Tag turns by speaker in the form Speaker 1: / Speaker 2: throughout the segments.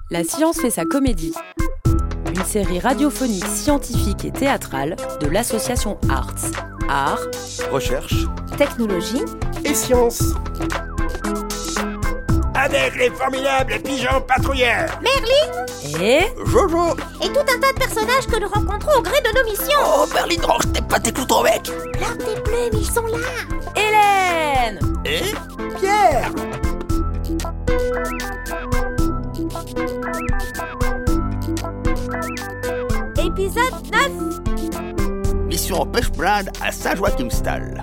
Speaker 1: La science fait sa comédie. Une série radiophonique, scientifique et théâtrale de l'association Arts. Art,
Speaker 2: recherche,
Speaker 3: technologie
Speaker 2: et science.
Speaker 4: Avec les formidables pigeons patrouilleurs
Speaker 3: Merlin
Speaker 1: et
Speaker 2: Jojo.
Speaker 3: et tout un tas de personnages que nous rencontrons au gré de nos missions.
Speaker 4: Oh, Merlin, range tes pattes et tout ton bec.
Speaker 3: Plante tes plumes, ils sont là.
Speaker 1: Hélène.
Speaker 4: Et
Speaker 2: Pierre.
Speaker 3: Épisode 9.
Speaker 4: mission pêche-blinde à Saint-Joachimsthal.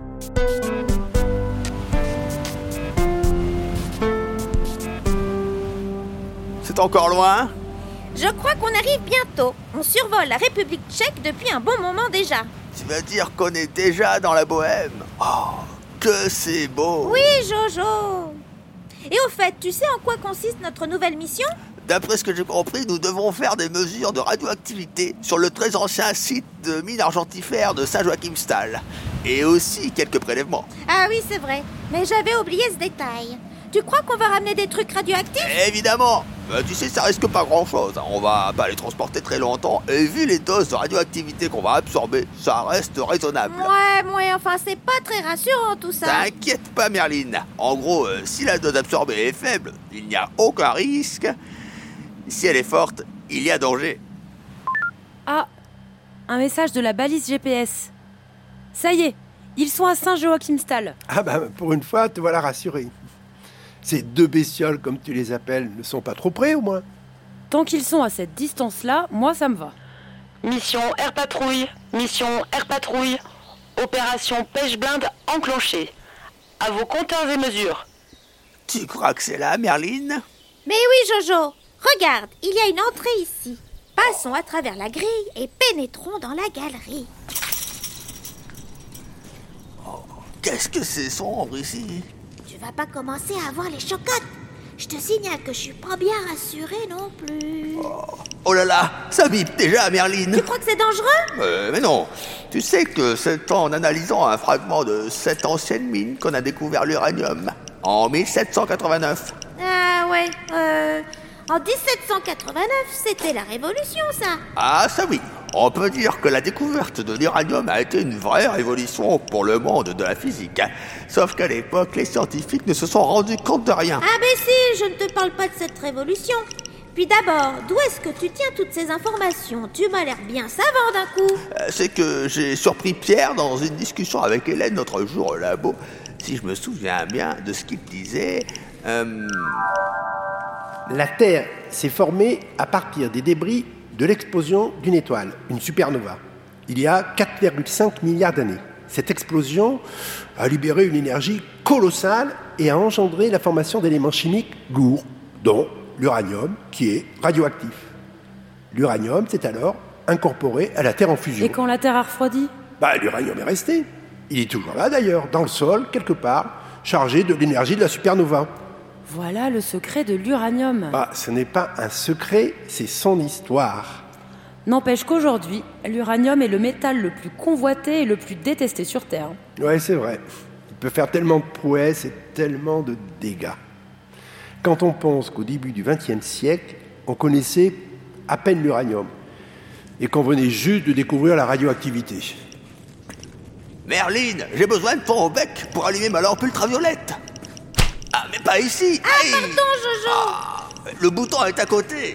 Speaker 4: C'est encore loin?
Speaker 3: Je crois qu'on arrive bientôt. On survole la République tchèque depuis un bon moment déjà.
Speaker 4: Tu veux dire qu'on est déjà dans la Bohème? Oh, que c'est beau!
Speaker 3: Oui, Jojo. Et au fait, tu sais en quoi consiste notre nouvelle mission?
Speaker 4: D'après ce que j'ai compris, nous devons faire des mesures de radioactivité sur le très ancien site de mine argentifère de Saint-Joachimsthal. Et aussi quelques prélèvements.
Speaker 3: Ah oui, c'est vrai. Mais j'avais oublié ce détail. Tu crois qu'on va ramener des trucs radioactifs?
Speaker 4: Évidemment! Tu sais, ça risque pas grand-chose. On va pas les transporter très longtemps. Et vu les doses de radioactivité qu'on va absorber, ça reste raisonnable.
Speaker 3: Ouais, enfin, c'est pas très rassurant tout ça.
Speaker 4: T'inquiète pas, Merlin. En gros, si la dose absorbée est faible, il n'y a aucun risque. Si elle est forte, il y a danger.
Speaker 1: Ah, un message de la balise GPS. Ça y est, ils sont à Saint-Joachimsthal.
Speaker 2: Ah bah, pour une fois, te voilà rassuré. Ces deux bestioles, comme tu les appelles, ne sont pas trop près, au moins.
Speaker 1: Tant qu'ils sont à cette distance-là, moi ça me va.
Speaker 5: Mission Air Patrouille, opération pêche-blinde enclenchée. À vos compteurs et mesures.
Speaker 4: Tu crois que c'est là, Merlin?
Speaker 3: Mais oui, Jojo. Regarde, il y a une entrée ici. Passons à travers la grille et pénétrons dans la galerie.
Speaker 4: Qu'est-ce que c'est sombre ici?
Speaker 3: Tu vas pas commencer à avoir les chocottes. Je te signale que je suis pas bien rassurée non plus.
Speaker 4: Oh là là, ça bip déjà, Merlin.
Speaker 3: Tu crois que c'est dangereux?
Speaker 4: Mais non. Tu sais que c'est en analysant un fragment de cette ancienne mine qu'on a découvert l'uranium. En 1789.
Speaker 3: Ah ouais, en 1789, c'était la Révolution, ça.
Speaker 4: Ah, ça oui. On peut dire que la découverte de l'uranium a été une vraie révolution pour le monde de la physique. Sauf qu'à l'époque, les scientifiques ne se sont rendus compte de rien.
Speaker 3: Ah ben si, je ne te parle pas de cette révolution. Puis d'abord, d'où est-ce que tu tiens toutes ces informations? Tu m'as l'air bien savant d'un coup.
Speaker 4: C'est que j'ai surpris Pierre dans une discussion avec Hélène l'autre jour au labo. Si je me souviens bien de ce qu'il disait...
Speaker 2: La Terre s'est formée à partir des débris de l'explosion d'une étoile, une supernova, il y a 4,5 milliards d'années. Cette explosion a libéré une énergie colossale et a engendré la formation d'éléments chimiques lourds, dont l'uranium, qui est radioactif. L'uranium s'est alors incorporé à la Terre en fusion.
Speaker 1: Et quand la Terre a refroidi?
Speaker 2: L'uranium est resté. Il est toujours là d'ailleurs, dans le sol, quelque part, chargé de l'énergie de la supernova.
Speaker 1: Voilà le secret de l'uranium.
Speaker 2: Ce n'est pas un secret, c'est son histoire.
Speaker 1: N'empêche qu'aujourd'hui, l'uranium est le métal le plus convoité et le plus détesté sur Terre.
Speaker 2: Ouais, c'est vrai. Il peut faire tellement de prouesses et tellement de dégâts. Quand on pense qu'au début du XXe siècle, on connaissait à peine l'uranium et qu'on venait juste de découvrir la radioactivité.
Speaker 4: Merlin, j'ai besoin de ton bec pour allumer ma lampe ultraviolette. Ah, mais pas ici.
Speaker 3: Ah,
Speaker 4: Hey.
Speaker 3: pardon, Jojo.
Speaker 4: Le bouton est à côté.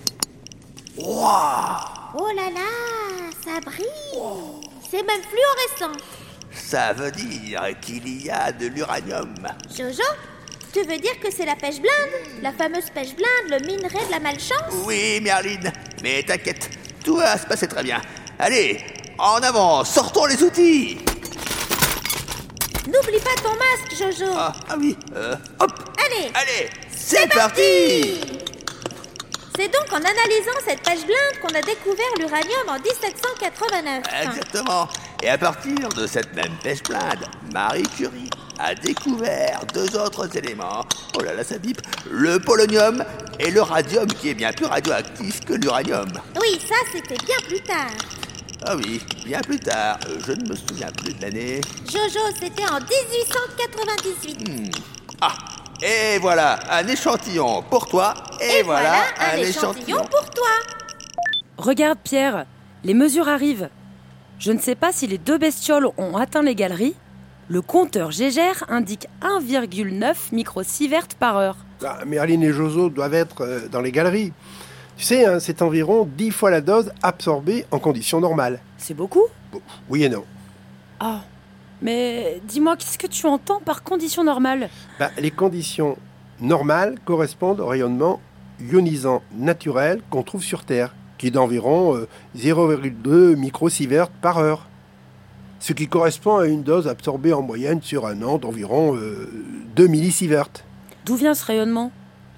Speaker 4: Waouh.
Speaker 3: Oh là là, ça brille. C'est même fluorescent.
Speaker 4: Ça veut dire qu'il y a de l'uranium.
Speaker 3: Jojo, tu veux dire que c'est la pêche blinde? La fameuse pêche blinde, le minerai de la malchance?
Speaker 4: Oui, Merlin, mais t'inquiète, tout va se passer très bien. Allez, en avant, sortons les outils.
Speaker 3: N'oublie pas ton masque, Jojo.
Speaker 4: Ah oui, hop.
Speaker 3: Allez,
Speaker 4: C'est parti.
Speaker 3: C'est donc en analysant cette pêche blinde qu'on a découvert l'uranium en 1789.
Speaker 4: Exactement. Et à partir de cette même pêche blinde, Marie Curie a découvert deux autres éléments. Oh là là, ça bip. Le polonium et le radium, qui est bien plus radioactif que l'uranium.
Speaker 3: Oui, ça c'était bien plus tard.
Speaker 4: Ah oui, bien plus tard. Je ne me souviens plus de l'année.
Speaker 3: Jojo, c'était en 1898.
Speaker 4: Ah, et voilà, un échantillon pour toi Et voilà un échantillon
Speaker 3: pour toi.
Speaker 1: Regarde Pierre, les mesures arrivent. Je ne sais pas si les 2 bestioles ont atteint les galeries. Le compteur Gégère indique 1,9 microsieverts par heure.
Speaker 2: Merlin et Jojo doivent être dans les galeries. Tu sais, hein, c'est environ 10 fois la dose absorbée en conditions normales.
Speaker 1: C'est beaucoup ?
Speaker 2: Bon, oui et non.
Speaker 1: Ah, mais dis-moi, qu'est-ce que tu entends par conditions normales ?
Speaker 2: Les conditions normales correspondent au rayonnement ionisant naturel qu'on trouve sur Terre, qui est d'environ 0,2 microsieverts par heure. Ce qui correspond à une dose absorbée en moyenne sur un an d'environ 2 millisieverts.
Speaker 1: D'où vient ce rayonnement ?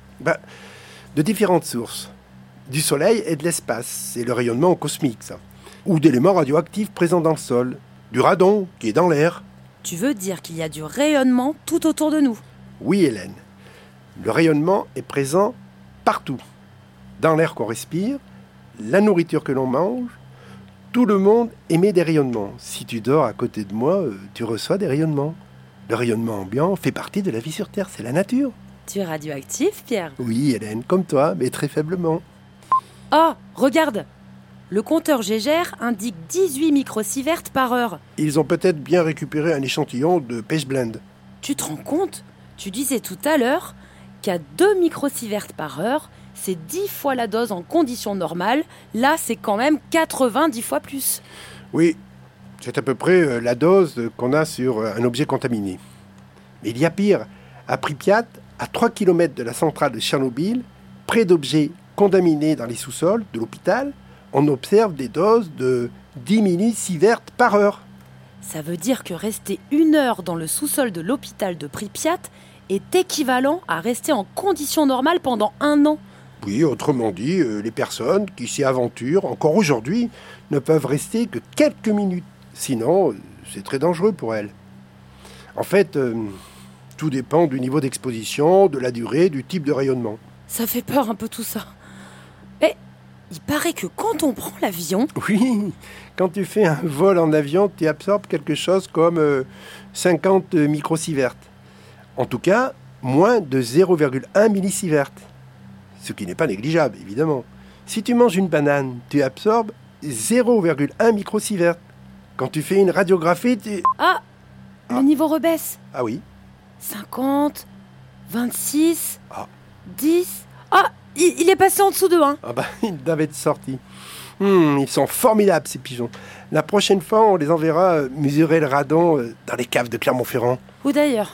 Speaker 2: De différentes sources. Du Soleil et de l'espace, c'est le rayonnement cosmique, ça. Ou d'éléments radioactifs présents dans le sol. Du radon, qui est dans l'air.
Speaker 1: Tu veux dire qu'il y a du rayonnement tout autour de nous ?
Speaker 2: Oui, Hélène. Le rayonnement est présent partout. Dans l'air qu'on respire, la nourriture que l'on mange, tout le monde émet des rayonnements. Si tu dors à côté de moi, tu reçois des rayonnements. Le rayonnement ambiant fait partie de la vie sur Terre, c'est la nature.
Speaker 1: Tu es radioactif, Pierre ?
Speaker 2: Oui, Hélène, comme toi, mais très faiblement.
Speaker 1: Oh, regarde ! Le compteur Gégère indique 18 microsieverts par heure.
Speaker 2: Ils ont peut-être bien récupéré un échantillon de Page Blend.
Speaker 1: Tu te rends compte ? Tu disais tout à l'heure qu'à 2 microsieverts par heure, c'est 10 fois la dose en conditions normales. Là, c'est quand même 90 fois plus.
Speaker 2: Oui, c'est à peu près la dose qu'on a sur un objet contaminé. Mais il y a pire. À Pripyat, à 3 km de la centrale de Tchernobyl, près d'objets contaminés dans les sous-sols de l'hôpital, on observe des doses de 10 millisieverts par heure.
Speaker 1: Ça veut dire que rester 1 heure dans le sous-sol de l'hôpital de Pripyat est équivalent à rester en conditions normales pendant 1 an.
Speaker 2: Oui, autrement dit, les personnes qui s'y aventurent, encore aujourd'hui, ne peuvent rester que quelques minutes. Sinon, c'est très dangereux pour elles. En fait, tout dépend du niveau d'exposition, de la durée, du type de rayonnement.
Speaker 1: Ça fait peur un peu tout ça. Mais il paraît que quand on prend l'avion...
Speaker 2: Oui, quand tu fais un vol en avion, tu absorbes quelque chose comme 50 microsieverts. En tout cas, moins de 0,1 millisieverts. Ce qui n'est pas négligeable, évidemment. Si tu manges une banane, tu absorbes 0,1 microsieverts. Quand tu fais une radiographie, tu...
Speaker 1: Le niveau rebaisse.
Speaker 2: Ah oui.
Speaker 1: 50, 26,
Speaker 2: Ah.
Speaker 1: 10... il est passé en dessous de 1.
Speaker 2: Ils doivent être sortis. Ils sont formidables, ces pigeons. La prochaine fois, on les enverra mesurer le radon dans les caves de Clermont-Ferrand.
Speaker 1: Ou d'ailleurs.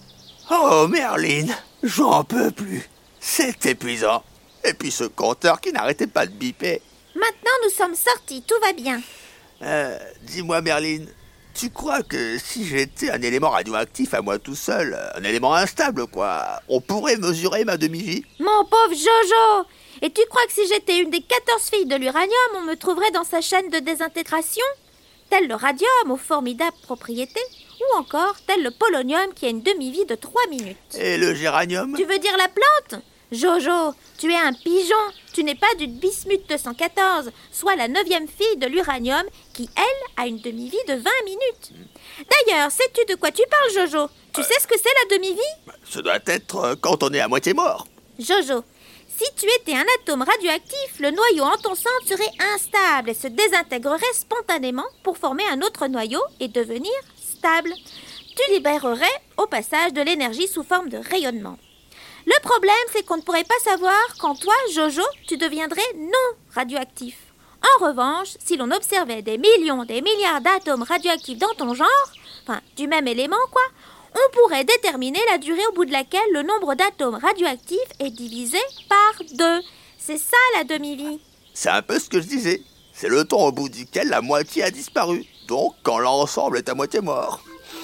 Speaker 4: Oh, Merlin, j'en peux plus. C'est épuisant. Et puis ce compteur qui n'arrêtait pas de biper.
Speaker 3: Maintenant, nous sommes sortis, tout va bien.
Speaker 4: Dis-moi, Merlin, tu crois que si j'étais un élément radioactif à moi tout seul, un élément instable, quoi, on pourrait mesurer ma demi-vie ?
Speaker 3: Mon pauvre Jojo! Et tu crois que si j'étais une des 14 filles de l'uranium, on me trouverait dans sa chaîne de désintégration ? Tel le radium aux formidables propriétés, ou encore tel le polonium qui a une demi-vie de 3 minutes.
Speaker 4: Et le géranium ?
Speaker 3: Tu veux dire la plante ? Jojo, tu es un pigeon, tu n'es pas du bismuth 214, soit la 9e fille de l'uranium qui, elle, a une demi-vie de 20 minutes. D'ailleurs, sais-tu de quoi tu parles, Jojo ? Tu sais ce que c'est la demi-vie ?
Speaker 4: Ce doit être quand on est à moitié mort.
Speaker 3: Jojo, si tu étais un atome radioactif, le noyau en ton centre serait instable et se désintégrerait spontanément pour former un autre noyau et devenir stable. Tu libérerais au passage de l'énergie sous forme de rayonnement. Le problème, c'est qu'on ne pourrait pas savoir quand toi, Jojo, tu deviendrais non radioactif. En revanche, si l'on observait des millions, des milliards d'atomes radioactifs dans ton genre, enfin, du même élément, quoi, on pourrait déterminer la durée au bout de laquelle le nombre d'atomes radioactifs est divisé par 2. C'est ça, la demi-vie.
Speaker 4: C'est un peu ce que je disais. C'est le temps au bout duquel la moitié a disparu. Donc, quand l'ensemble est à moitié mort.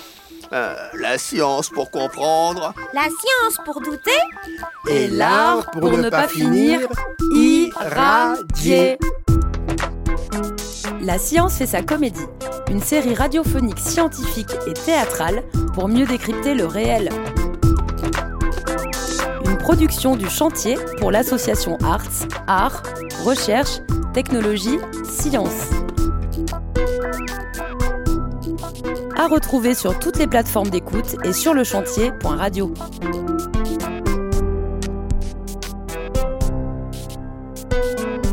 Speaker 4: La science pour comprendre.
Speaker 3: La science pour douter.
Speaker 1: Et l'art pour ne pas finir irradié. La science fait sa comédie, une série radiophonique scientifique et théâtrale pour mieux décrypter le réel. Une production du Chantier pour l'association Arts, Art, Recherche, Technologie, Science. À retrouver sur toutes les plateformes d'écoute et sur lechantier.radio.
Speaker 3: Thank you.